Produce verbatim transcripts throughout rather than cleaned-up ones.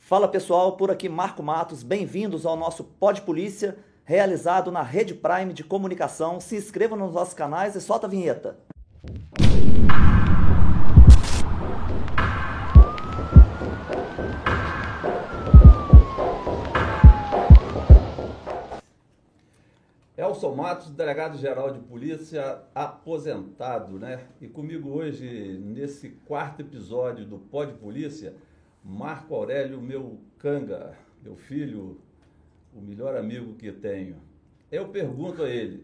Fala pessoal, por aqui Marco Matos, bem-vindos ao nosso Pod Polícia, realizado na Rede Prime de Comunicação. Se inscrevam nos nossos canais e solta a vinheta. Elson Matos, delegado-geral de polícia, aposentado, né? E comigo hoje, nesse quarto episódio do Pod Polícia, Marco Aurélio, meu canga, meu filho, o melhor amigo que tenho. Eu pergunto a ele,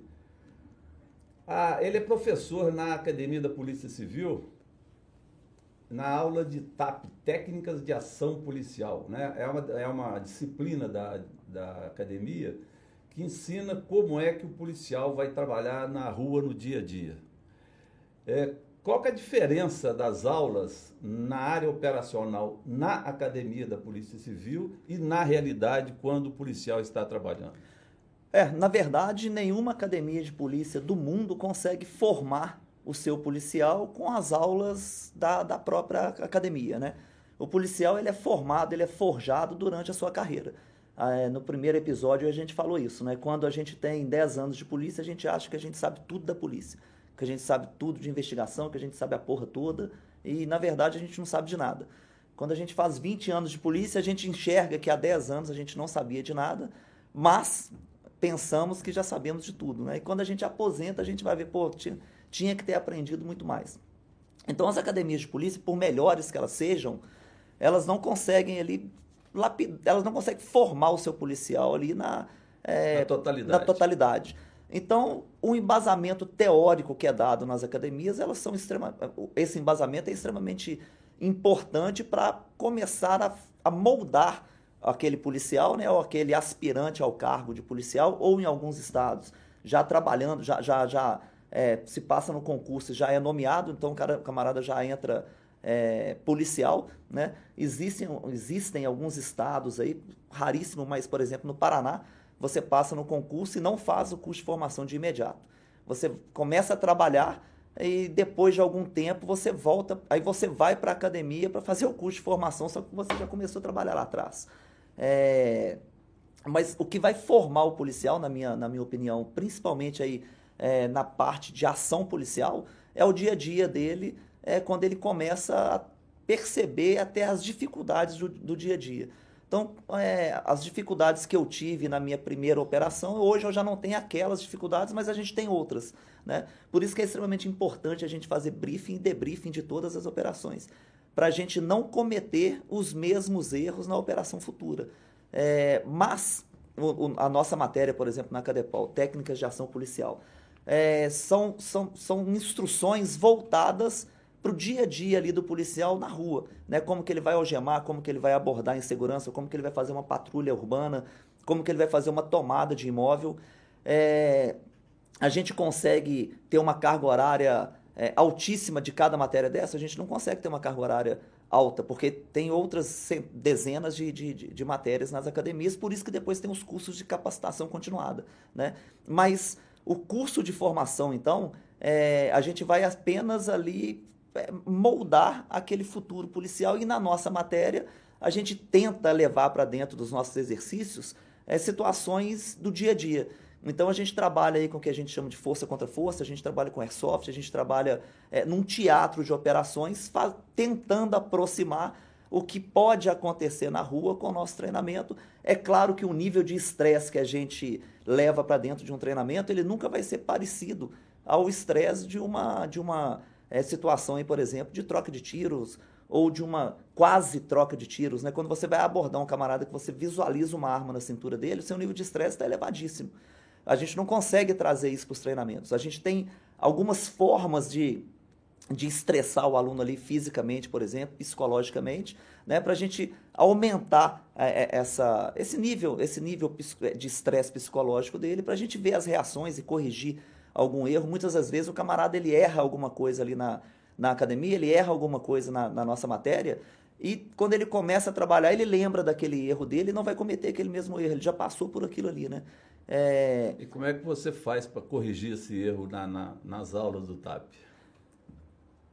ah, ele é professor na Academia da Polícia Civil, na aula de T A P, Técnicas de Ação Policial, né? É uma, é uma disciplina da, da academia que ensina como é que o policial vai trabalhar na rua no dia a dia. É, qual que é a diferença das aulas na área operacional na Academia da Polícia Civil e na realidade quando o policial está trabalhando? É, na verdade, nenhuma academia de polícia do mundo consegue formar o seu policial com as aulas da, da própria academia, né? O policial ele é formado, ele é forjado durante a sua carreira. É, no primeiro episódio a gente falou isso, né? Quando a gente tem dez anos de polícia, a gente acha que a gente sabe tudo da polícia, que a gente sabe tudo de investigação, que a gente sabe a porra toda, e na verdade a gente não sabe de nada. Quando a gente faz vinte anos de polícia, a gente enxerga que há dez anos a gente não sabia de nada, mas pensamos que já sabemos de tudo, né? E quando a gente aposenta, a gente vai ver, pô, tinha, tinha que ter aprendido muito mais. Então as academias de polícia, por melhores que elas sejam, elas não conseguem ali, lapid... elas não conseguem formar o seu policial ali na, é, na totalidade. na totalidade. Então, o embasamento teórico que é dado nas academias, elas são extrema... esse embasamento é extremamente importante para começar a, a moldar aquele policial, né, ou aquele aspirante ao cargo de policial, ou em alguns estados, já trabalhando, já, já, já é, se passa no concurso, já é nomeado, então o cara, o camarada já entra é, policial, né? Existem, existem alguns estados aí, raríssimo, mas, por exemplo, no Paraná, você passa no concurso e não faz o curso de formação de imediato. Você começa a trabalhar e depois de algum tempo você volta, aí você vai para a academia para fazer o curso de formação, só que você já começou a trabalhar lá atrás. É, mas o que vai formar o policial, na minha, na minha opinião, principalmente aí, é, na parte de ação policial, é o dia a dia dele, é, quando ele começa a perceber até as dificuldades do, do dia a dia. Então, é, as dificuldades que eu tive na minha primeira operação, hoje eu já não tenho aquelas dificuldades, mas a gente tem outras, né? Por isso que é extremamente importante a gente fazer briefing e debriefing de todas as operações, para a gente não cometer os mesmos erros na operação futura. É, mas, o, o, a nossa matéria, por exemplo, na Cadepol, Técnicas de Ação Policial, é, são, são, são instruções voltadas para o dia a dia ali do policial na rua, né? Como que ele vai algemar, como que ele vai abordar insegurança, como que ele vai fazer uma patrulha urbana, como que ele vai fazer uma tomada de imóvel. É, a gente consegue ter uma carga horária é, altíssima de cada matéria dessa? A gente não consegue ter uma carga horária alta, porque tem outras dezenas de, de, de matérias nas academias, por isso que depois tem os cursos de capacitação continuada, né? Mas o curso de formação, então, é, a gente vai apenas ali moldar aquele futuro policial, e na nossa matéria a gente tenta levar para dentro dos nossos exercícios é, situações do dia a dia. Então a gente trabalha aí com o que a gente chama de força contra força, a gente trabalha com airsoft, a gente trabalha é, num teatro de operações, faz, tentando aproximar o que pode acontecer na rua com o nosso treinamento. É claro que o nível de estresse que a gente leva para dentro de um treinamento, ele nunca vai ser parecido ao estresse de uma, de uma É, situação aí, por exemplo, de troca de tiros ou de uma quase troca de tiros, né? Quando você vai abordar um camarada que você visualiza uma arma na cintura dele, o seu nível de estresse está elevadíssimo. A gente não consegue trazer isso para os treinamentos. A gente tem algumas formas de, de estressar o aluno ali fisicamente, por exemplo, psicologicamente, né? Para a gente aumentar é, essa, esse nível, esse nível de estresse psicológico dele, para a gente ver as reações e corrigir algum erro. Muitas das vezes o camarada ele erra alguma coisa ali na, na academia, ele erra alguma coisa na, na nossa matéria, e quando ele começa a trabalhar, ele lembra daquele erro dele e não vai cometer aquele mesmo erro, ele já passou por aquilo ali, né? É... E como é que você faz para corrigir esse erro na, na, nas aulas do T A P?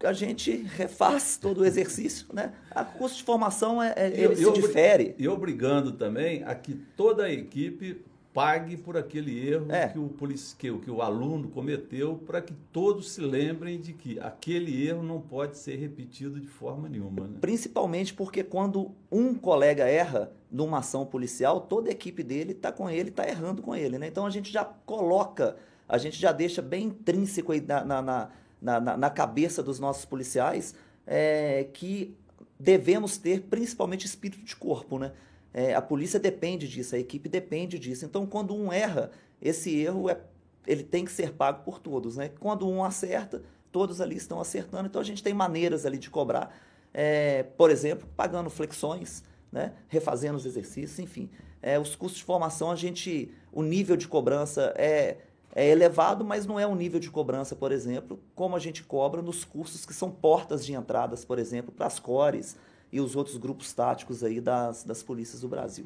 a gente refaz todo o exercício, né? A curso de formação, é, é, ele e, se e difere. E obrigando também a que toda a equipe pague por aquele erro É. que, o polici... que, o, que o aluno cometeu, para que todos se lembrem de que aquele erro não pode ser repetido de forma nenhuma. Né? Principalmente porque quando um colega erra numa ação policial, toda a equipe dele está com ele, está errando com ele. Né? Então a gente já coloca, a gente já deixa bem intrínseco aí na, na, na, na, na cabeça dos nossos policiais é, que devemos ter principalmente espírito de corpo, né? É, a polícia depende disso, a equipe depende disso. Então, quando um erra, esse erro é, ele tem que ser pago por todos. Né? Quando um acerta, todos ali estão acertando. Então, a gente tem maneiras ali de cobrar. É, por exemplo, pagando flexões, né? Refazendo os exercícios, enfim. É, os custos de formação, a gente, o nível de cobrança é, é elevado, mas não é um nível de cobrança, por exemplo, como a gente cobra nos cursos que são portas de entradas, por exemplo, para as cores e os outros grupos táticos aí das, das polícias do Brasil.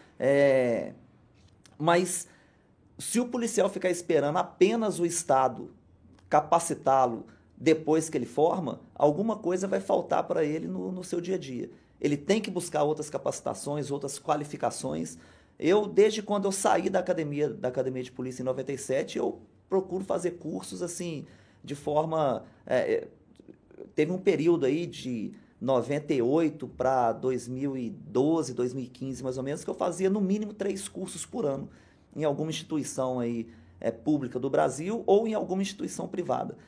É, mas se o policial ficar esperando apenas o Estado capacitá-lo depois que ele forma, alguma coisa vai faltar para ele no, no seu dia a dia. Ele tem que buscar outras capacitações, outras qualificações. Eu, desde quando eu saí da academia, da academia de polícia em noventa e sete, eu procuro fazer cursos assim, de forma... É, teve um período aí de noventa e oito para dois mil e doze, dois mil e quinze, mais ou menos, que eu fazia no mínimo três cursos por ano em alguma instituição aí, é, pública do Brasil ou em alguma instituição privada.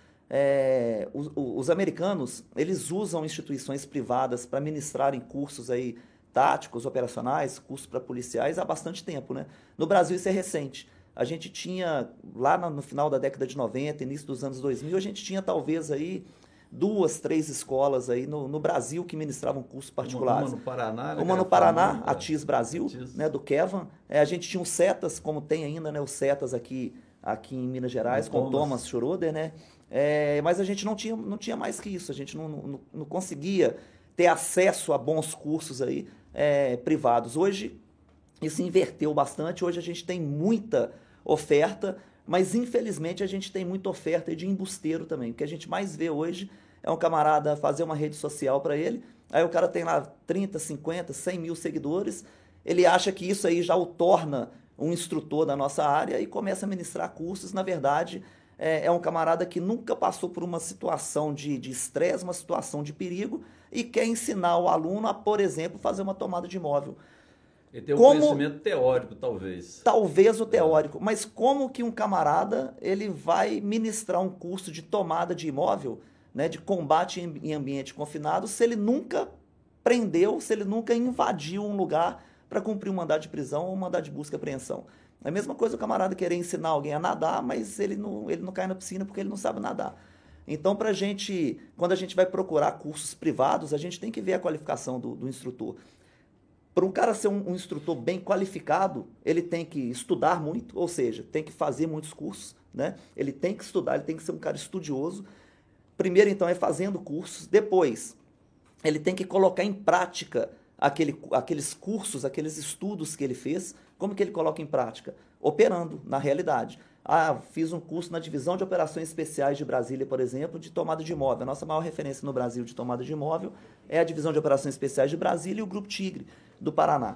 É, os, os americanos, eles usam instituições privadas para ministrarem cursos aí, táticos, operacionais, cursos para policiais há bastante tempo. Né? No Brasil isso é recente. A gente tinha, lá no final da década de noventa, início dos anos dois mil, a gente tinha talvez aí duas, três escolas aí no, no Brasil que ministravam cursos particulares. Uma, uma no Paraná. Né, uma no Paraná, família, a TIS Brasil, a TIS. Né, do Kevan. É, a gente tinha os CETAS, como tem ainda, né, os CETAS aqui, aqui em Minas Gerais, o com Thomas, Thomas Schroeder, né? É, mas a gente não tinha, não tinha mais que isso, a gente não, não, não conseguia ter acesso a bons cursos aí, é, privados. Hoje, isso inverteu bastante, hoje a gente tem muita oferta, mas infelizmente a gente tem muita oferta de embusteiro também. O que a gente mais vê hoje é um camarada fazer uma rede social para ele, aí o cara tem lá trinta, cinquenta, cem mil seguidores, ele acha que isso aí já o torna um instrutor da nossa área e começa a ministrar cursos. Na verdade, é, é um camarada que nunca passou por uma situação de estresse, uma situação de perigo e quer ensinar o aluno a, por exemplo, fazer uma tomada de imóvel. Ele tem um como, conhecimento teórico, talvez. Talvez o teórico, é. Mas como que um camarada ele vai ministrar um curso de tomada de imóvel, né, de combate em ambiente confinado, se ele nunca prendeu, se ele nunca invadiu um lugar para cumprir um mandado de prisão ou um mandado de busca e apreensão? É a mesma coisa o camarada querer ensinar alguém a nadar, mas ele não, ele não cai na piscina porque ele não sabe nadar. Então, pra gente, quando a gente vai procurar cursos privados, a gente tem que ver a qualificação do, do instrutor. Para um cara ser um, um instrutor bem qualificado, ele tem que estudar muito, ou seja, tem que fazer muitos cursos, né? Ele tem que estudar, ele tem que ser um cara estudioso. Primeiro, então, é fazendo cursos. Depois, ele tem que colocar em prática aquele, aqueles cursos, aqueles estudos que ele fez. Como que ele coloca em prática? Operando, na realidade. Ah, fiz um curso na Divisão de Operações Especiais de Brasília, por exemplo, de tomada de imóvel. A nossa maior referência no Brasil de tomada de imóvel é a Divisão de Operações Especiais de Brasília e o Grupo Tigre, do Paraná.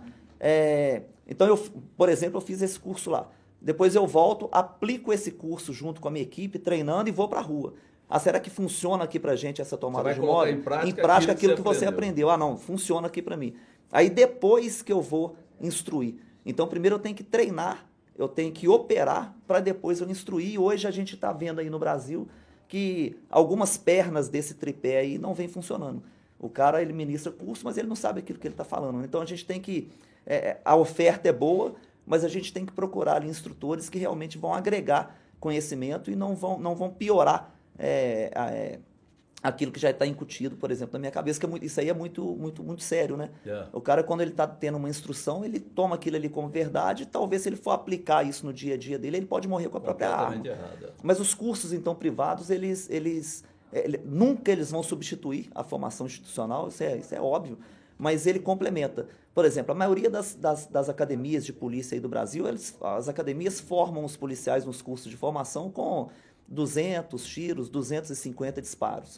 É, então, eu, por exemplo, eu fiz esse curso lá. Depois eu volto, aplico esse curso junto com a minha equipe, treinando e vou para a rua. Ah, será que funciona aqui para a gente essa tomada de imóvel? Em prática, em prática aquilo, aquilo que você aprendeu. aprendeu. Ah, não, funciona aqui para mim. Aí depois que eu vou instruir. Então, primeiro eu tenho que treinar, eu tenho que operar para depois eu instruir. E hoje a gente está vendo aí no Brasil que algumas pernas desse tripé aí não vem funcionando. O cara, ele ministra curso, mas ele não sabe aquilo que ele está falando. Então, a gente tem que... É, a oferta é boa, mas a gente tem que procurar ali instrutores que realmente vão agregar conhecimento e não vão, não vão piorar é, é, aquilo que já está incutido, por exemplo, na minha cabeça, que é muito, isso aí é muito, muito, muito sério, né? Yeah. O cara, quando ele está tendo uma instrução, ele toma aquilo ali como verdade, e talvez se ele for aplicar isso no dia a dia dele, ele pode morrer com a própria arma. Errado. Mas os cursos, então, privados, eles... eles Ele, nunca eles vão substituir a formação institucional, isso é, isso é óbvio, mas ele complementa. Por exemplo, a maioria das, das, das academias de polícia aí do Brasil, eles, as academias formam os policiais nos cursos de formação com duzentos tiros, duzentos e cinquenta disparos.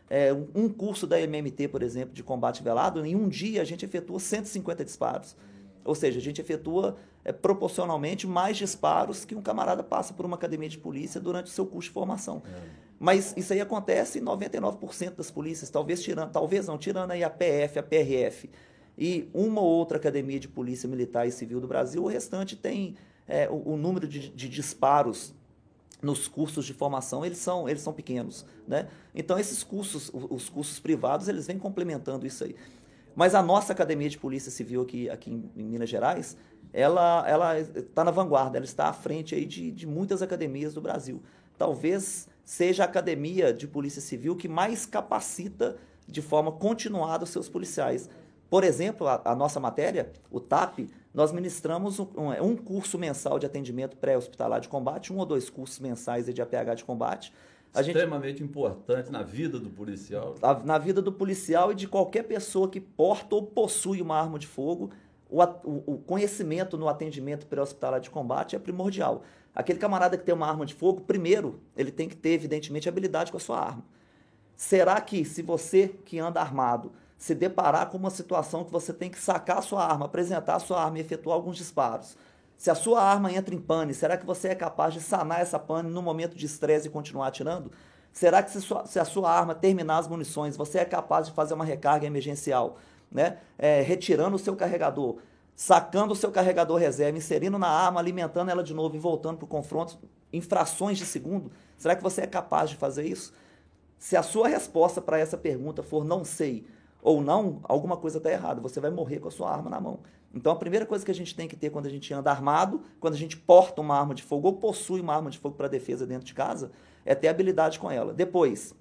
É, um curso da M M T, por exemplo, de combate velado, em um dia a gente efetua cento e cinquenta disparos. Ou seja, a gente efetua é, proporcionalmente mais disparos que um camarada passa por uma academia de polícia durante o seu curso de formação. É. Mas isso aí acontece em noventa e nove por cento das polícias, talvez tirando, talvez não, tirando aí a P F, a P R F e uma ou outra academia de polícia militar e civil do Brasil, o restante tem é, o, o número de, de disparos nos cursos de formação, eles são, eles são pequenos, né? Então, esses cursos, os cursos privados, eles vêm complementando isso aí. Mas a nossa Academia de Polícia Civil aqui, aqui em, em Minas Gerais, ela ela está na vanguarda, ela está à frente aí de, de muitas academias do Brasil. Talvez seja a Academia de Polícia Civil que mais capacita de forma continuada os seus policiais. Por exemplo, a, a nossa matéria, o T A P, nós ministramos um, um curso mensal de atendimento pré-hospitalar de combate, um ou dois cursos mensais de A P H de combate. A Extremamente gente, importante na vida do policial. A, na vida do policial e de qualquer pessoa que porta ou possui uma arma de fogo, o, o, o conhecimento no atendimento pré-hospitalar de combate é primordial. Aquele camarada que tem uma arma de fogo, primeiro, ele tem que ter, evidentemente, habilidade com a sua arma. Será que, se você que anda armado se deparar com uma situação que você tem que sacar a sua arma, apresentar a sua arma e efetuar alguns disparos, se a sua arma entra em pane, será que você é capaz de sanar essa pane no momento de estresse e continuar atirando? Será que se, sua, se a sua arma terminar as munições, você é capaz de fazer uma recarga emergencial, né? É, retirando o seu carregador, sacando o seu carregador reserva, inserindo na arma, alimentando ela de novo e voltando para o confronto em frações de segundo? Será que você é capaz de fazer isso? Se a sua resposta para essa pergunta for não sei ou não, alguma coisa está errada, você vai morrer com a sua arma na mão. Então, a primeira coisa que a gente tem que ter quando a gente anda armado, quando a gente porta uma arma de fogo ou possui uma arma de fogo para defesa dentro de casa, é ter habilidade com ela. Depois,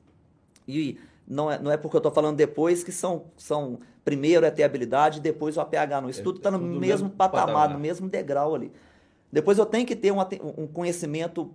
e não é, não é porque eu estou falando depois que são, são, primeiro é ter habilidade, depois o A P H não. Isso tudo está no mesmo, mesmo patamar, patamar, no mesmo degrau ali. Depois eu tenho que ter um, um conhecimento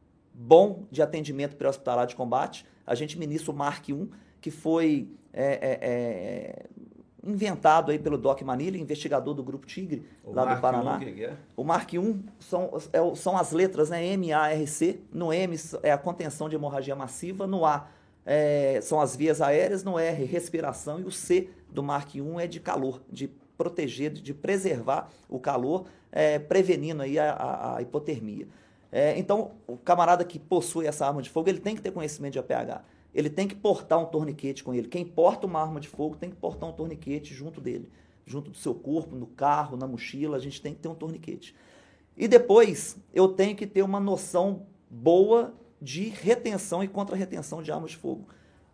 bom de atendimento pré-hospitalar de combate. A gente ministra o Mark um, que foi é, é, é, inventado aí pelo Doc Manilha, investigador do Grupo Tigre, o lá Mark do Paraná. um, que é? O Mark um são, é, são as letras, né, M A R C. No M é a contenção de hemorragia massiva, no A é, são as vias aéreas, no R, respiração, e o C do Mark um é de calor, de proteger, de preservar o calor, é, prevenindo aí a, a, a hipotermia. É, então, o camarada que possui essa arma de fogo, ele tem que ter conhecimento de A P H. Ele tem que portar um torniquete com ele. Quem porta uma arma de fogo tem que portar um torniquete junto dele, junto do seu corpo, no carro, na mochila, a gente tem que ter um torniquete. E depois, eu tenho que ter uma noção boa de retenção e contra-retenção de armas de fogo.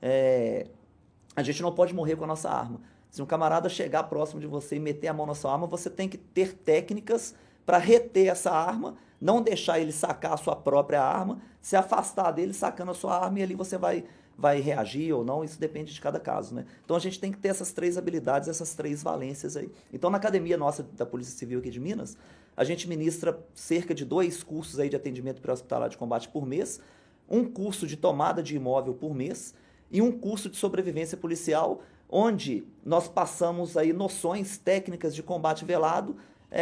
É, a gente não pode morrer com a nossa arma. Se um camarada chegar próximo de você e meter a mão na sua arma, você tem que ter técnicas para reter essa arma, não deixar ele sacar a sua própria arma, se afastar dele sacando a sua arma e ali você vai... vai reagir ou não, isso depende de cada caso, né? Então a gente tem que ter essas três habilidades, essas três valências aí. Então na academia nossa da Polícia Civil aqui de Minas, a gente ministra cerca de dois cursos aí de atendimento pré-hospitalar de combate por mês, um curso de tomada de imóvel por mês e um curso de sobrevivência policial, onde nós passamos aí noções técnicas de combate velado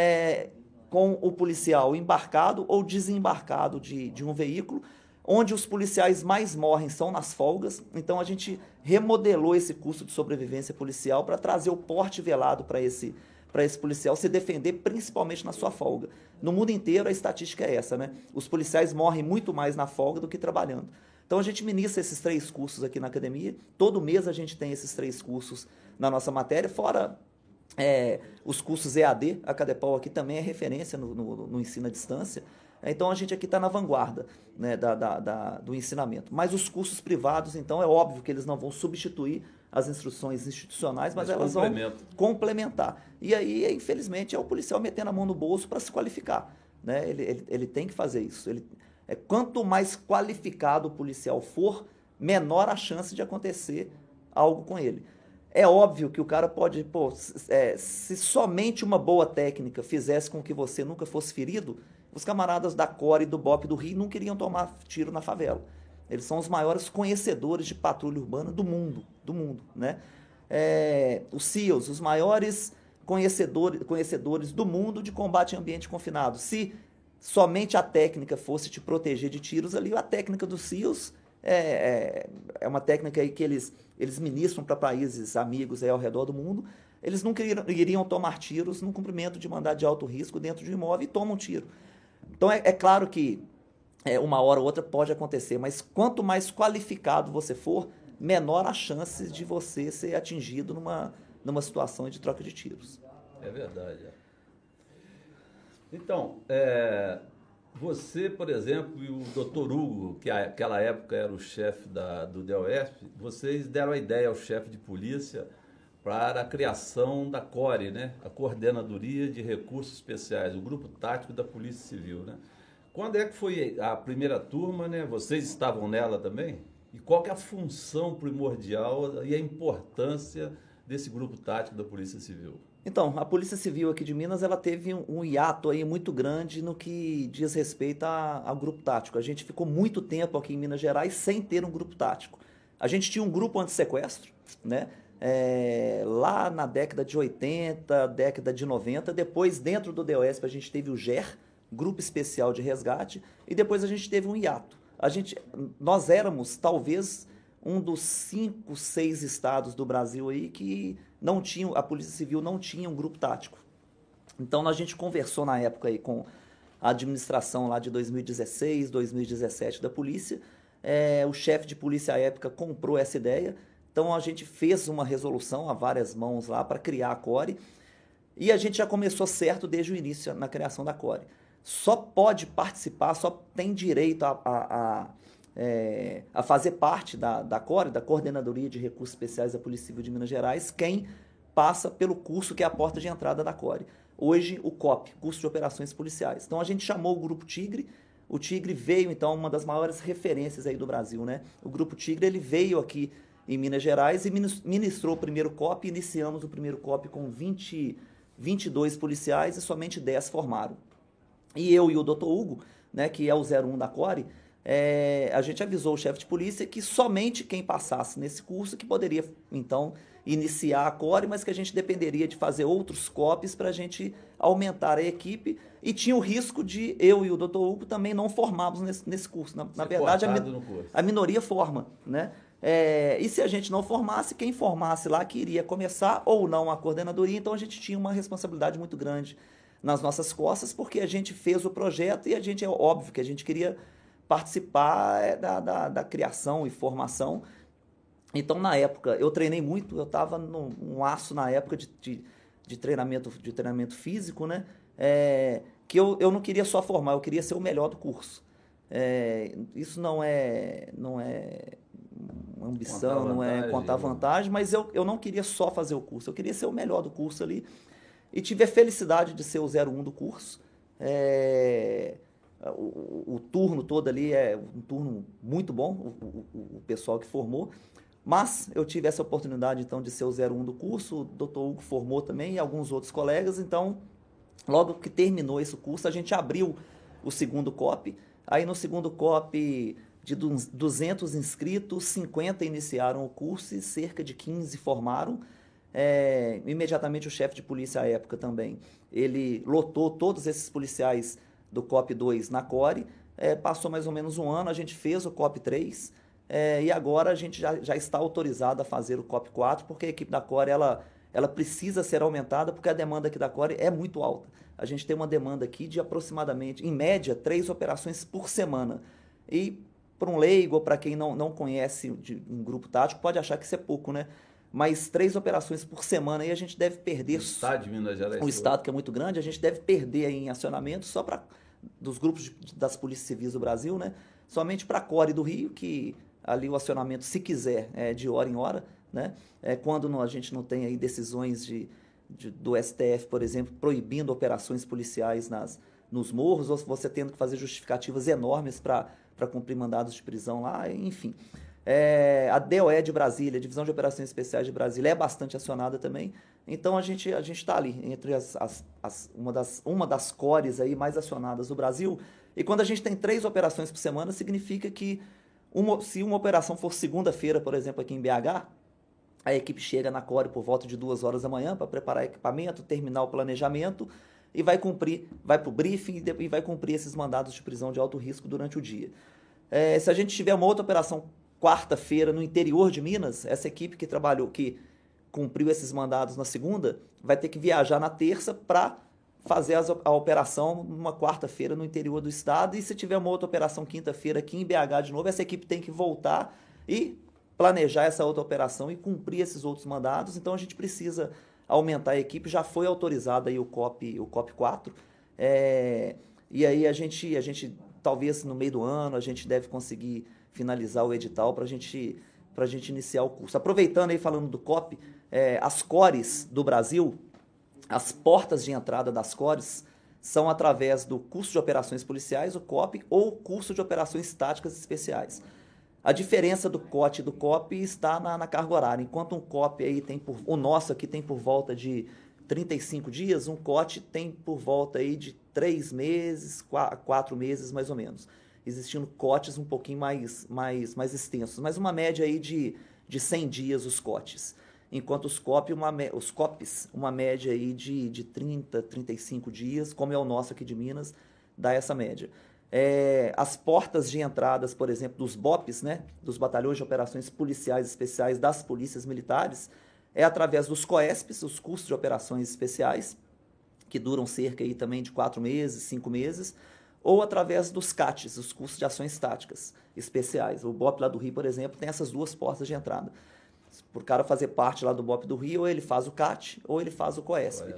é, com o policial embarcado ou desembarcado de, de um veículo, onde os policiais mais morrem são nas folgas. Então a gente remodelou esse curso de sobrevivência policial para trazer o porte velado para esse, para esse policial se defender principalmente na sua folga. No mundo inteiro a estatística é essa, né? Os policiais morrem muito mais na folga do que trabalhando. Então a gente ministra esses três cursos aqui na academia. Todo mês a gente tem esses três cursos na nossa matéria, fora é, os cursos E A D. A Cadepol aqui também é referência no, no, no ensino à distância. Então, a gente aqui está na vanguarda, né, da, da, da, do ensinamento. Mas os cursos privados, então, é óbvio que eles não vão substituir as instruções institucionais, mas, mas elas vão complementar. E aí, infelizmente, é o policial metendo a mão no bolso para se qualificar. Né? Ele, ele, ele tem que fazer isso. Ele, é, quanto mais qualificado o policial for, menor a chance de acontecer algo com ele. É óbvio que o cara pode... Pô, é, se somente uma boa técnica fizesse com que você nunca fosse ferido, os camaradas da Core e do B O P do Rio não queriam tomar tiro na favela. Eles são os maiores conhecedores de patrulha urbana do mundo, do mundo, né? É, os SEALs, os maiores conhecedores, conhecedores do mundo de combate em ambiente confinado. Se somente a técnica fosse te proteger de tiros ali, a técnica dos SEALs é, é, é uma técnica aí que eles, eles ministram para países amigos aí ao redor do mundo. Eles nunca iriam, iriam tomar tiros no cumprimento de mandado de alto risco dentro de um imóvel e tomam um tiro. Então, é, é claro que é, uma hora ou outra pode acontecer, mas quanto mais qualificado você for, menor a chance de você ser atingido numa, numa situação de troca de tiros. É verdade. É. Então, é, você, por exemplo, e o doutor Hugo, que naquela época era o chefe da, do D E O E S P, vocês deram a ideia ao chefe de polícia para a criação da CORE, né? A Coordenadoria de Recursos Especiais, o Grupo Tático da Polícia Civil, né? Quando é que foi a primeira turma, né? Vocês estavam nela também? E qual que é a função primordial e a importância desse Grupo Tático da Polícia Civil? Então, a Polícia Civil aqui de Minas, ela teve um, um hiato aí muito grande no que diz respeito a, ao grupo tático. A gente ficou muito tempo aqui em Minas Gerais sem ter um grupo tático. A gente tinha um grupo anti-sequestro, né? É, lá na década de oitenta, década de noventa, depois dentro do D E O E S P a gente teve o G E R, Grupo Especial de Resgate, e depois a gente teve um hiato. A gente, nós éramos, talvez, um dos cinco, seis estados do Brasil aí que não tinham, a Polícia Civil não tinha um grupo tático. Então a gente conversou na época aí com a administração lá de dois mil e dezesseis, dois mil e dezessete da polícia. É, o chefe de polícia à época comprou essa ideia. Então a gente fez uma resolução a várias mãos lá para criar a CORE. E a gente já começou certo desde o início na criação da CORE. Só pode participar, só tem direito a, a, a É, a fazer parte da, da CORE, da Coordenadoria de Recursos Especiais da Polícia Civil de Minas Gerais, quem passa pelo curso que é a porta de entrada da CORE. Hoje, o COP, Curso de Operações Policiais. Então, a gente chamou o Grupo Tigre. O Tigre veio, então, uma das maiores referências aí do Brasil, né? O Grupo Tigre, ele veio aqui em Minas Gerais e ministrou o primeiro COP. Iniciamos o primeiro COP com vinte, vinte e dois policiais e somente dez formaram. E eu e o doutor Hugo, né, que é o zero um da CORE, É, a gente avisou o chefe de polícia que somente quem passasse nesse curso que poderia, então, iniciar a CORE, mas que a gente dependeria de fazer outros COPs para a gente aumentar a equipe e tinha o risco de eu e o doutor Hugo também não formarmos nesse, nesse curso. Na, na verdade, a, a minoria forma, né? É, e se a gente não formasse, quem formasse lá que iria começar ou não a coordenadoria, então a gente tinha uma responsabilidade muito grande nas nossas costas, porque a gente fez o projeto e a gente, é óbvio que a gente queria participar da, da, da criação e formação. Então, na época, eu treinei muito, eu estava num um aço na época de, de, de, treinamento, de treinamento físico, né? É, que eu, eu não queria só formar, eu queria ser o melhor do curso. É, isso não é, não é uma ambição, não é contar vantagem, mas eu, eu não queria só fazer o curso, eu queria ser o melhor do curso ali. E tive a felicidade de ser o zero um do curso. É... O, o, o turno todo ali é um turno muito bom, o, o, o pessoal que formou, mas eu tive essa oportunidade então de ser o zero um do curso, o doutor Hugo formou também e alguns outros colegas, então logo que terminou esse curso a gente abriu o segundo COP, aí no segundo COP de duzentos inscritos, cinquenta iniciaram o curso e cerca de quinze formaram. É, imediatamente o chefe de polícia à época também, ele lotou todos esses policiais do COP dois na CORE, é, passou mais ou menos um ano, a gente fez o COP três é, e agora a gente já, já está autorizado a fazer o COP quatro, porque a equipe da CORE ela, ela precisa ser aumentada, porque a demanda aqui da CORE é muito alta. A gente tem uma demanda aqui de aproximadamente, em média, três operações por semana. E para um leigo ou para quem não, não conhece de um grupo tático, pode achar que isso é pouco, né? Mas três operações por semana aí a gente deve perder. O estado de Minas Gerais. O estado que é muito grande, a gente deve perder aí em acionamento só para dos grupos de, das polícias civis do Brasil, né? Somente para a CORE do Rio, que ali o acionamento, se quiser, é de hora em hora, né? É, quando não, a gente não tem aí decisões de, de, do S T F, por exemplo, proibindo operações policiais nas, nos morros, ou você tendo que fazer justificativas enormes para cumprir mandados de prisão lá, enfim. É, a D E O E de Brasília, a Divisão de Operações Especiais de Brasília, é bastante acionada também. Então a gente a gente está ali entre as, as, as, uma, das, uma das cores aí mais acionadas do Brasil. E quando a gente tem três operações por semana, significa que uma, se uma operação for segunda-feira, por exemplo, aqui em B H, a equipe chega na CORE por volta de duas horas da manhã para preparar equipamento, terminar o planejamento e vai cumprir, vai para o briefing e vai cumprir esses mandados de prisão de alto risco durante o dia. É, se a gente tiver uma outra operação quarta-feira no interior de Minas, essa equipe que trabalhou, que cumpriu esses mandados na segunda, vai ter que viajar na terça para fazer as, a operação numa quarta-feira no interior do estado. E se tiver uma outra operação quinta-feira aqui em B H de novo, essa equipe tem que voltar e planejar essa outra operação e cumprir esses outros mandados. Então a gente precisa aumentar a equipe. Já foi autorizado aí o COP, o COP quatro. É, e aí a gente, a gente, talvez no meio do ano, a gente deve conseguir finalizar o edital para gente, a gente iniciar o curso. Aproveitando aí, falando do COP, é, as cores do Brasil, as portas de entrada das cores são através do curso de operações policiais, o COP, ou curso de operações táticas especiais. A diferença do COT e do COP está na, na carga horária. Enquanto um COP aí tem por, o nosso aqui tem por volta de trinta e cinco dias, um COT tem por volta aí de três meses, quatro meses mais ou menos. Existindo COTs um pouquinho mais, mais, mais extensos, mas uma média aí de, de cem dias os COTs. Enquanto os, COP, uma, os COPs, uma média aí de, de trinta, trinta e cinco dias, como é o nosso aqui de Minas, dá essa média. É, as portas de entradas, por exemplo, dos BOPs, né, dos Batalhões de Operações Policiais Especiais das Polícias Militares, é através dos COESPs, os cursos de operações especiais, que duram cerca aí também de quatro meses, cinco meses, ou através dos CATs, os cursos de ações táticas especiais. O BOP lá do Rio, por exemplo, tem essas duas portas de entrada. Por cara fazer parte lá do BOP do Rio, ou ele faz o CAT, ou ele faz o COESP.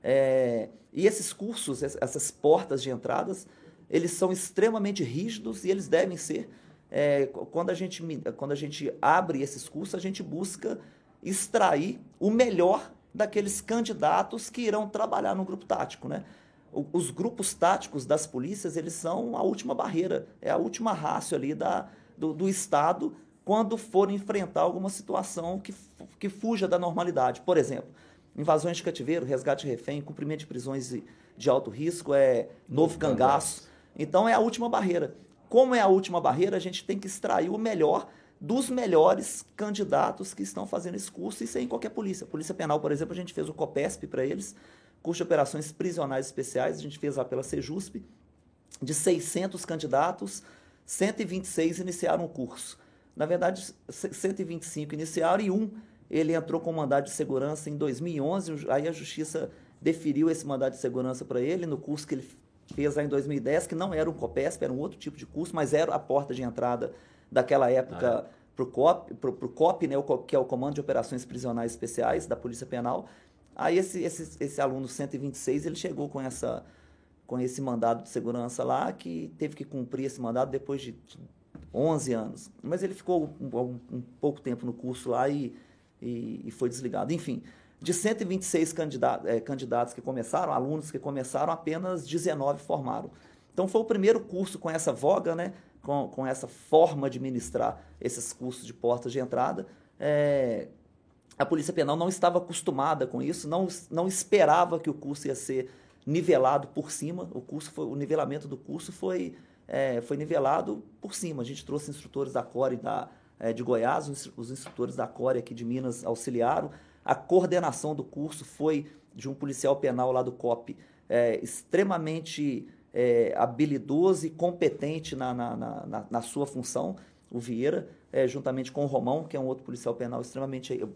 É, e esses cursos, essas portas de entradas, eles são extremamente rígidos e eles devem ser. É, quando, a gente, quando a gente abre esses cursos, a gente busca extrair o melhor daqueles candidatos que irão trabalhar no grupo tático, né? Os grupos táticos das polícias, eles são a última barreira, é a última rácio ali da, do, do Estado quando for enfrentar alguma situação que, que fuja da normalidade. Por exemplo, invasões de cativeiro, resgate de refém, cumprimento de prisões de, de alto risco, é novo cangaço. Então é a última barreira. Como é a última barreira, a gente tem que extrair o melhor dos melhores candidatos que estão fazendo esse curso, isso é em qualquer polícia. Polícia Penal, por exemplo, a gente fez o COPESP para eles, curso de operações prisionais especiais, a gente fez lá pela Sejusp, de seiscentos candidatos, cento e vinte e seis iniciaram o curso. Na verdade, cento e vinte e cinco iniciaram e um, ele entrou com mandado de segurança em dois mil e onze, aí a Justiça deferiu esse mandado de segurança para ele, no curso que ele fez lá em dois mil e dez, que não era um COPESP, era um outro tipo de curso, mas era a porta de entrada daquela época ah, é. para o COP, pro, pro COP, né, que é o Comando de Operações Prisionais Especiais da Polícia Penal. Aí esse, esse, esse aluno cento e vinte e seis, ele chegou com, essa, com esse mandado de segurança lá, que teve que cumprir esse mandado depois de onze anos. Mas ele ficou um, um, um pouco tempo no curso lá e, e, e foi desligado. Enfim, de cento e vinte e seis candidatos, é, candidatos que começaram, alunos que começaram, apenas dezenove formaram. Então foi o primeiro curso com essa voga, né, com, com essa forma de ministrar esses cursos de portas de entrada. É, a Polícia Penal não estava acostumada com isso, não, não esperava que o curso ia ser nivelado por cima. O, curso foi, o nivelamento do curso foi, é, foi nivelado por cima. A gente trouxe instrutores da Core da, é, de Goiás, os, os instrutores da Core aqui de Minas auxiliaram. A coordenação do curso foi de um policial penal lá do COP, é, extremamente é, habilidoso e competente na, na, na, na sua função, o Vieira, é, juntamente com o Romão, que é um outro policial penal extremamente é,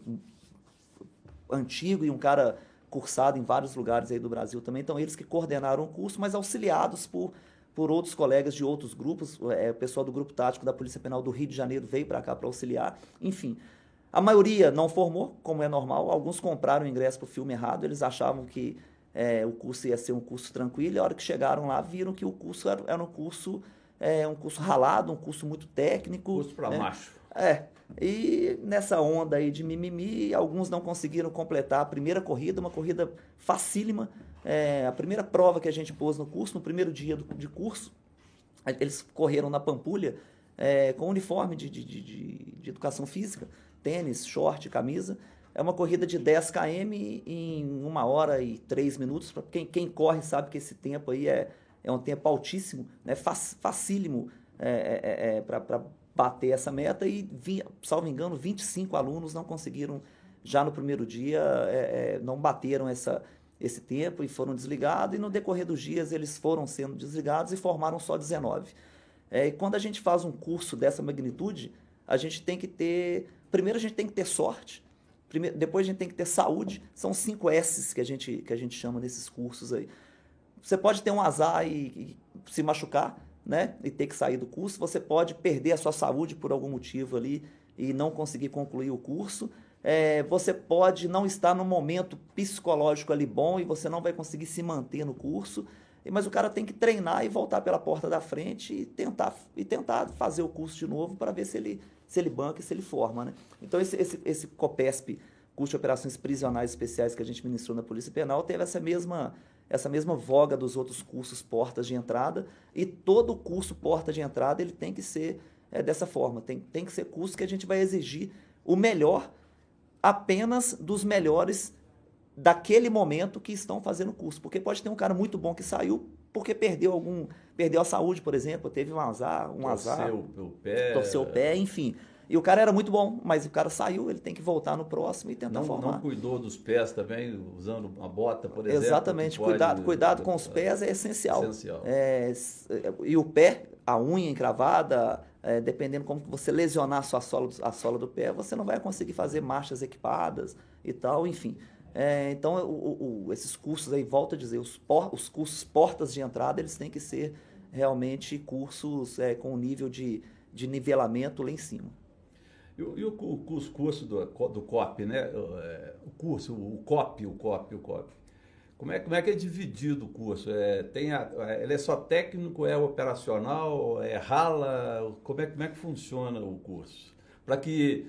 antigo e um cara cursado em vários lugares aí do Brasil também. Então, eles que coordenaram o curso, mas auxiliados por, por outros colegas de outros grupos. É, o pessoal do Grupo Tático da Polícia Penal do Rio de Janeiro veio para cá para auxiliar. Enfim, a maioria não formou, como é normal. Alguns compraram o ingresso para o filme errado. Eles achavam que é, o curso ia ser um curso tranquilo. E a hora que chegaram lá, viram que o curso era, era um curso é, um curso ralado, um curso muito técnico. Curso para né? macho. É. E nessa onda aí de mimimi, alguns não conseguiram completar a primeira corrida, uma corrida facílima. É, a primeira prova que a gente pôs no curso, no primeiro dia do, de curso, eles correram na Pampulha é, com uniforme de, de, de, de educação física, tênis, short, camisa. É uma corrida de dez quilômetros em uma hora e três minutos. Pra quem, quem corre sabe que esse tempo aí é, é um tempo altíssimo, né? Fac, facílimo é, é, é, para bater essa meta. E, salvo engano, vinte e cinco alunos não conseguiram, já no primeiro dia, é, é, não bateram essa, esse tempo e foram desligados. E no decorrer dos dias eles foram sendo desligados e formaram só dezenove. É, e quando a gente faz um curso dessa magnitude, a gente tem que ter... Primeiro a gente tem que ter sorte, primeiro, depois a gente tem que ter saúde. São cinco S's que a gente, que a gente chama nesses cursos aí. Você pode ter um azar e, e se machucar, né? E ter que sair do curso. Você pode perder a sua saúde por algum motivo ali e não conseguir concluir o curso. É, você pode não estar num momento psicológico ali bom e você não vai conseguir se manter no curso. Mas o cara tem que treinar e voltar pela porta da frente e tentar, e tentar fazer o curso de novo para ver se ele, se ele banca e se ele forma, né? Então esse, esse, esse COPESP, curso de operações prisionais especiais que a gente ministrou na Polícia Penal, teve essa mesma... essa mesma voga dos outros cursos portas de entrada, e todo curso porta de entrada ele tem que ser é, dessa forma, tem, tem que ser curso que a gente vai exigir o melhor apenas dos melhores daquele momento que estão fazendo o curso, porque pode ter um cara muito bom que saiu porque perdeu algum, perdeu a saúde, por exemplo, teve um azar, um torceu azar, o pé, torceu o pé, enfim. E o cara era muito bom, mas o cara saiu, ele tem que voltar no próximo e tentar não, formar. Não cuidou dos pés também, usando uma bota, por exemplo. Exatamente, pode... cuidado, cuidado com os pés é essencial. essencial. É, e o pé, a unha encravada, é, dependendo como você lesionar a sua sola, a sola do pé, você não vai conseguir fazer marchas equipadas e tal, enfim. É, então, o, o, esses cursos aí, volto a dizer, os, por, os cursos portas de entrada, eles têm que ser realmente cursos é, com nível de, de nivelamento lá em cima. E, e o, o curso do, do COP, né? O curso, o COP, o COP, o COP. Como é, como é que é dividido o curso? É, tem a, ele é só técnico, é operacional, é rala? Como é, como é que funciona o curso? Para que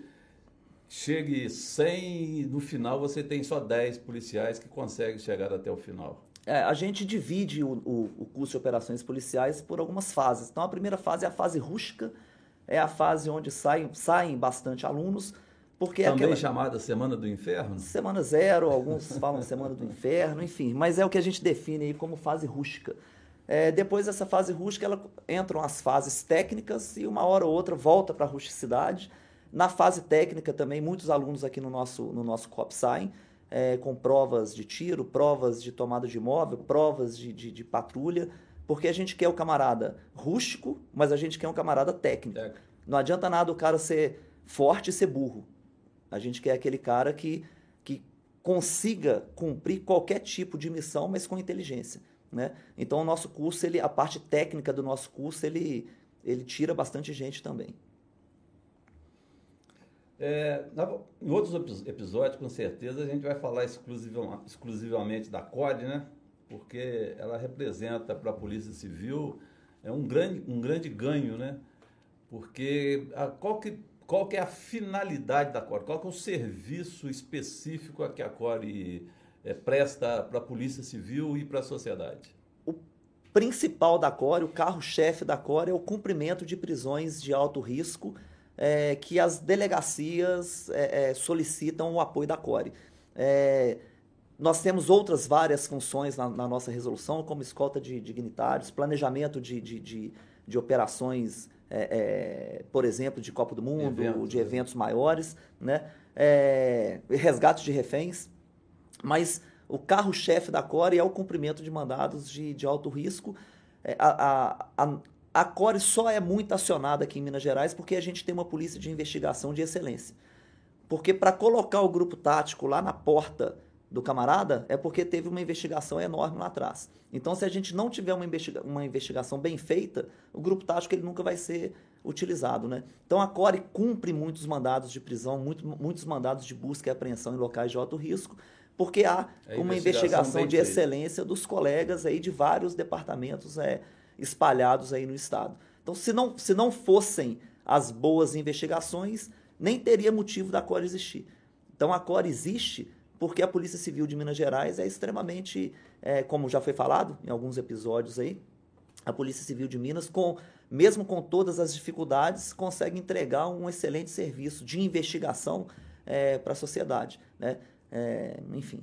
chegue cem e no final você tem só dez policiais que conseguem chegar até o final. É, a gente divide o, o, o curso de operações policiais por algumas fases. Então, a primeira fase é a fase rústica, é a fase onde saem, saem bastante alunos. Porque Também é aquela... chamada Semana do Inferno? Semana zero, alguns falam Semana do Inferno, enfim. Mas é o que a gente define aí como fase rústica. É, depois dessa fase rústica, ela, entram as fases técnicas e uma hora ou outra volta para a rusticidade. Na fase técnica também, muitos alunos aqui no nosso, no nosso COP saem é, com provas de tiro, provas de tomada de imóvel, provas de, de, de patrulha, porque a gente quer o camarada rústico, mas a gente quer um camarada técnico. É. Não adianta nada o cara ser forte e ser burro. A gente quer aquele cara que, que consiga cumprir qualquer tipo de missão, mas com inteligência, né? Então, o nosso curso, ele, a parte técnica do nosso curso, ele, ele tira bastante gente também. É, em outros episódios, com certeza, a gente vai falar exclusivamente, exclusivamente da C O D, né? Porque ela representa para a Polícia Civil é um grande, um grande ganho, né? Porque a, qual, que, qual que é a finalidade da C O D? Qual que é o serviço específico a que a C O D é, presta para a Polícia Civil e para a sociedade? O principal da C O D, o carro-chefe da C O D é o cumprimento de prisões de alto risco, É, que as delegacias é, é, solicitam o apoio da C O D. É, nós temos outras várias funções na, na nossa resolução, como escolta de dignitários, planejamento de, de, de, de operações, é, é, por exemplo, de Copa do Mundo, eventos, de eventos né? maiores, né? É, resgate de reféns, mas o carro-chefe da C O D é o cumprimento de mandados de, de alto risco. É, a, a, a, A C O R só é muito acionada aqui em Minas Gerais porque a gente tem uma polícia de investigação de excelência. Porque para colocar o grupo tático lá na porta do camarada é porque teve uma investigação enorme lá atrás. Então, se a gente não tiver uma, investiga uma investigação bem feita, o grupo tático ele nunca vai ser utilizado, né? Então, a C O R cumpre muitos mandados de prisão, muito, muitos mandados de busca e apreensão em locais de alto risco, porque há é uma investigação, investigação de feita. excelência dos colegas aí de vários departamentos é, espalhados aí no estado. Então, se não, se não fossem as boas investigações, nem teria motivo da C O R existir. Então, a C O R existe porque a Polícia Civil de Minas Gerais é extremamente, é, como já foi falado em alguns episódios aí, a Polícia Civil de Minas, com, mesmo com todas as dificuldades, consegue entregar um excelente serviço de investigação é, para a sociedade, né? É, enfim.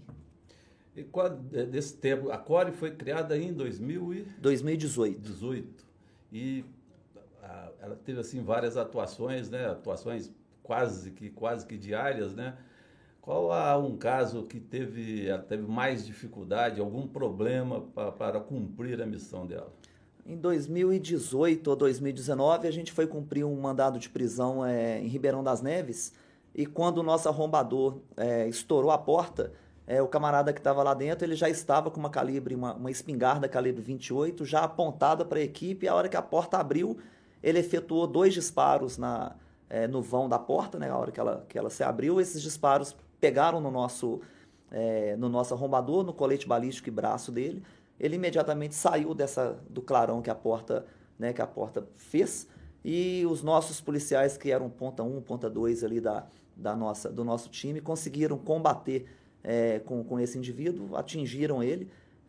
E qual, desse tempo, a C O R foi criada em dois mil e... dois mil e dezoito. dezoito. E a, ela teve assim várias atuações, né? Atuações quase que quase que diárias, né? Qual há um caso que teve teve mais dificuldade, algum problema pra, para cumprir a missão dela? Em dois mil e dezoito ou dois mil e dezenove, a gente foi cumprir um mandado de prisão é, em Ribeirão das Neves, e quando o nosso arrombador é, estourou a porta, é, o camarada que estava lá dentro, ele já estava com uma calibre, uma, uma espingarda calibre vinte e oito, já apontada para a equipe, e a hora que a porta abriu, ele efetuou dois disparos na, é, no vão da porta, né, a hora que ela, que ela se abriu. Esses disparos pegaram no nosso, é, no nosso arrombador, no colete balístico e braço dele. Ele imediatamente saiu dessa, do clarão que a porta, né, que a porta fez, e os nossos policiais, que eram ponta um, ponta dois ali da, da nossa, do nosso time, conseguiram combater é, com, com esse indivíduo, atingiram ele.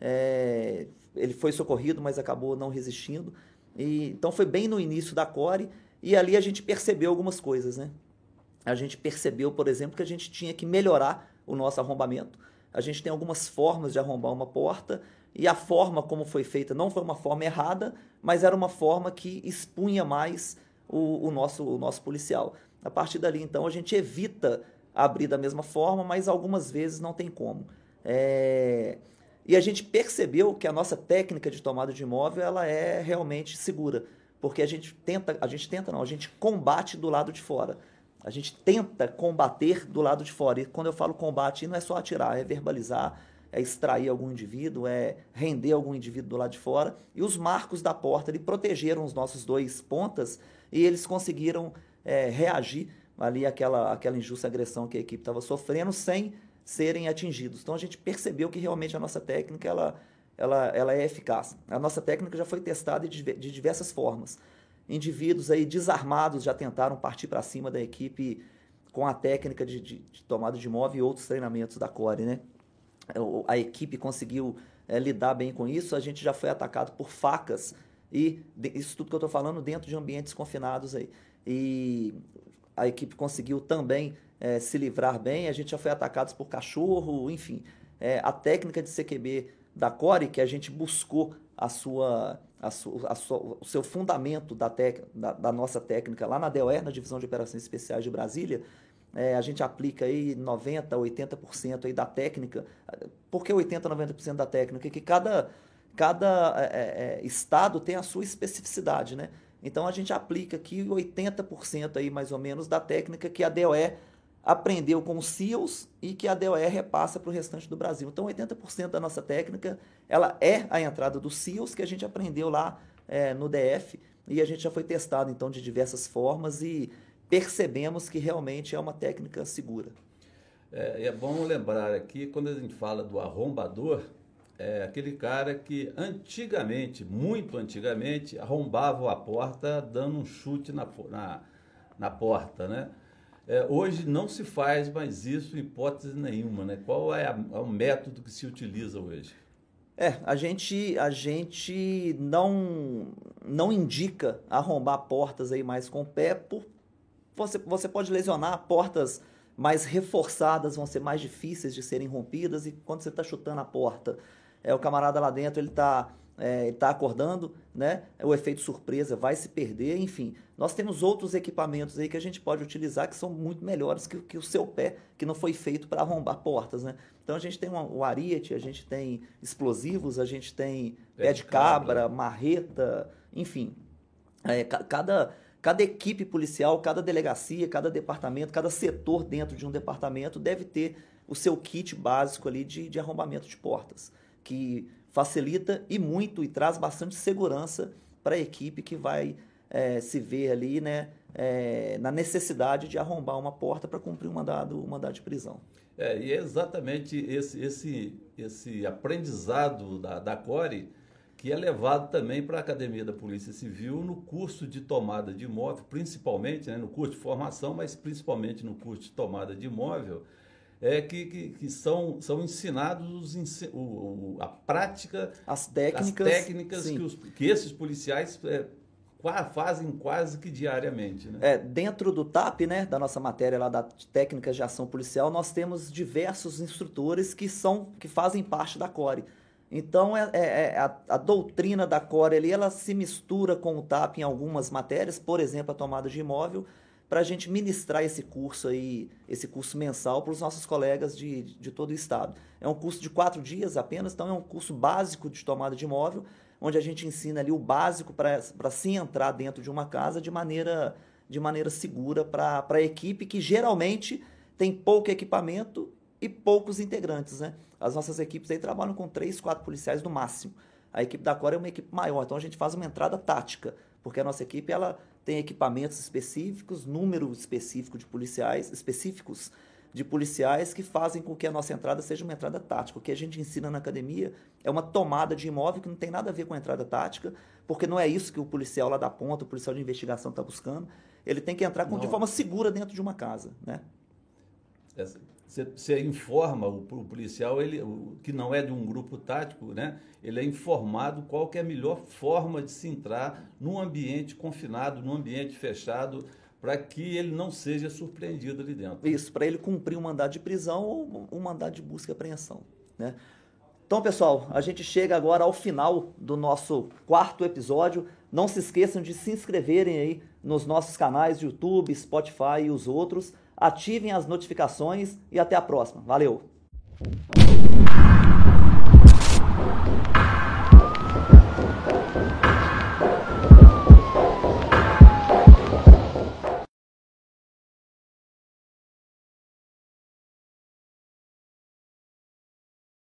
É, ele foi socorrido, mas acabou não resistindo. E, então foi bem no início da Core, e ali a gente percebeu algumas coisas, né? A gente percebeu, por exemplo, que a gente tinha que melhorar o nosso arrombamento. A gente tem algumas formas de arrombar uma porta, e a forma como foi feita não foi uma forma errada, mas era uma forma que expunha mais o, o, nosso, o nosso policial. A partir dali, então, a gente evita abrir da mesma forma, mas algumas vezes não tem como. É... E a gente percebeu que a nossa técnica de tomada de imóvel ela é realmente segura, porque a gente tenta, a gente tenta não, a gente combate do lado de fora. A gente tenta combater do lado de fora. E quando eu falo combate, não é só atirar, é verbalizar, é extrair algum indivíduo, é render algum indivíduo do lado de fora. E os marcos da porta ali protegeram os nossos dois pontas e eles conseguiram é, reagir ali àquela, àquela injusta agressão que a equipe estava sofrendo sem serem atingidos. Então a gente percebeu que realmente a nossa técnica ela, ela, ela é eficaz. A nossa técnica já foi testada de, de diversas formas. Indivíduos aí desarmados já tentaram partir para cima da equipe com a técnica de, de, de tomada de imóvel e outros treinamentos da Core, né? A equipe conseguiu é, lidar bem com isso. A gente já foi atacado por facas e isso tudo que eu estou falando dentro de ambientes confinados aí. E a equipe conseguiu também é, se livrar bem. A gente já foi atacado por cachorro, enfim. É, a técnica de C Q B da Core, que a gente buscou a sua, a sua, a sua, o seu fundamento da, tec, da, da nossa técnica lá na D O E, na Divisão de Operações Especiais de Brasília, é, a gente aplica aí noventa por cento, oitenta por cento aí da técnica. Por que oitenta por cento, noventa por cento da técnica? Que cada, cada é, é, estado tem a sua especificidade, né? Então a gente aplica aqui oitenta por cento aí mais ou menos da técnica que a D O E aprendeu com os SEALs e que a D O E repassa para o restante do Brasil. Então oitenta por cento da nossa técnica ela é a entrada dos SEALs que a gente aprendeu lá é, no D F e a gente já foi testado então de diversas formas e percebemos que realmente é uma técnica segura. É, é bom lembrar aqui, quando a gente fala do arrombador, é aquele cara que antigamente, muito antigamente, arrombava a porta dando um chute na, na, na porta, né? É, hoje não se faz mais isso em hipótese nenhuma, né? Qual é, a, é o método que se utiliza hoje? É, a gente, a gente não, não indica arrombar portas aí mais com o pé, por, você, você pode lesionar, portas mais reforçadas vão ser mais difíceis de serem rompidas, e quando você está chutando a porta, é, o camarada lá dentro ele está é, tá acordando, né? O efeito surpresa vai se perder, enfim. Nós temos outros equipamentos aí que a gente pode utilizar que são muito melhores que, que o seu pé, que não foi feito para arrombar portas, né? Então a gente tem uma, o ariete, a gente tem explosivos, a gente tem pé de cabra, cabra marreta, enfim. É, cada, cada equipe policial, cada delegacia, cada departamento, cada setor dentro de um departamento deve ter o seu kit básico ali de, de arrombamento de portas, que facilita e muito e traz bastante segurança para a equipe que vai é, se ver ali, né, é, na necessidade de arrombar uma porta para cumprir um mandado, um mandado de prisão. É, e é exatamente esse, esse, esse aprendizado da, da Core que é levado também para a Academia da Polícia Civil no curso de tomada de imóvel, principalmente, né, no curso de formação, mas principalmente no curso de tomada de imóvel, é que, que, que são, são ensinados os, o, o, a prática, as técnicas, as técnicas que, os, que esses policiais é, fazem quase que diariamente, né? É, dentro do T A P, né, da nossa matéria lá da Técnicas de Ação Policial, nós temos diversos instrutores que, são, que fazem parte da Core. Então, é, é, a, a doutrina da Core ali, ela se mistura com o T A P em algumas matérias, por exemplo, a tomada de imóvel, para a gente ministrar esse curso aí, esse curso mensal para os nossos colegas de, de todo o estado. É um curso de quatro dias apenas, então é um curso básico de tomada de imóvel, onde a gente ensina ali o básico para se entrar dentro de uma casa de maneira, de maneira segura para a equipe, que geralmente tem pouco equipamento e poucos integrantes, né? As nossas equipes aí trabalham com três, quatro policiais no máximo. A equipe da Cora é uma equipe maior, então a gente faz uma entrada tática, porque a nossa equipe ela tem equipamentos específicos, número específico de policiais, específicos de policiais que fazem com que a nossa entrada seja uma entrada tática. O que a gente ensina na academia é uma tomada de imóvel que não tem nada a ver com a entrada tática, porque não é isso que o policial lá da ponta, o policial de investigação está buscando. Ele tem que entrar com, de forma segura dentro de uma casa, né? Você informa o, o policial, ele, o, que não é de um grupo tático, né? Ele é informado qual que é a melhor forma de se entrar num ambiente confinado, num ambiente fechado, para que ele não seja surpreendido ali dentro. Isso, para ele cumprir um mandado de prisão ou um mandado de busca e apreensão, né? Então, pessoal, a gente chega agora ao final do nosso quarto episódio. Não se esqueçam de se inscreverem aí nos nossos canais de YouTube, Spotify e os outros. Ativem as notificações e até a próxima. Valeu!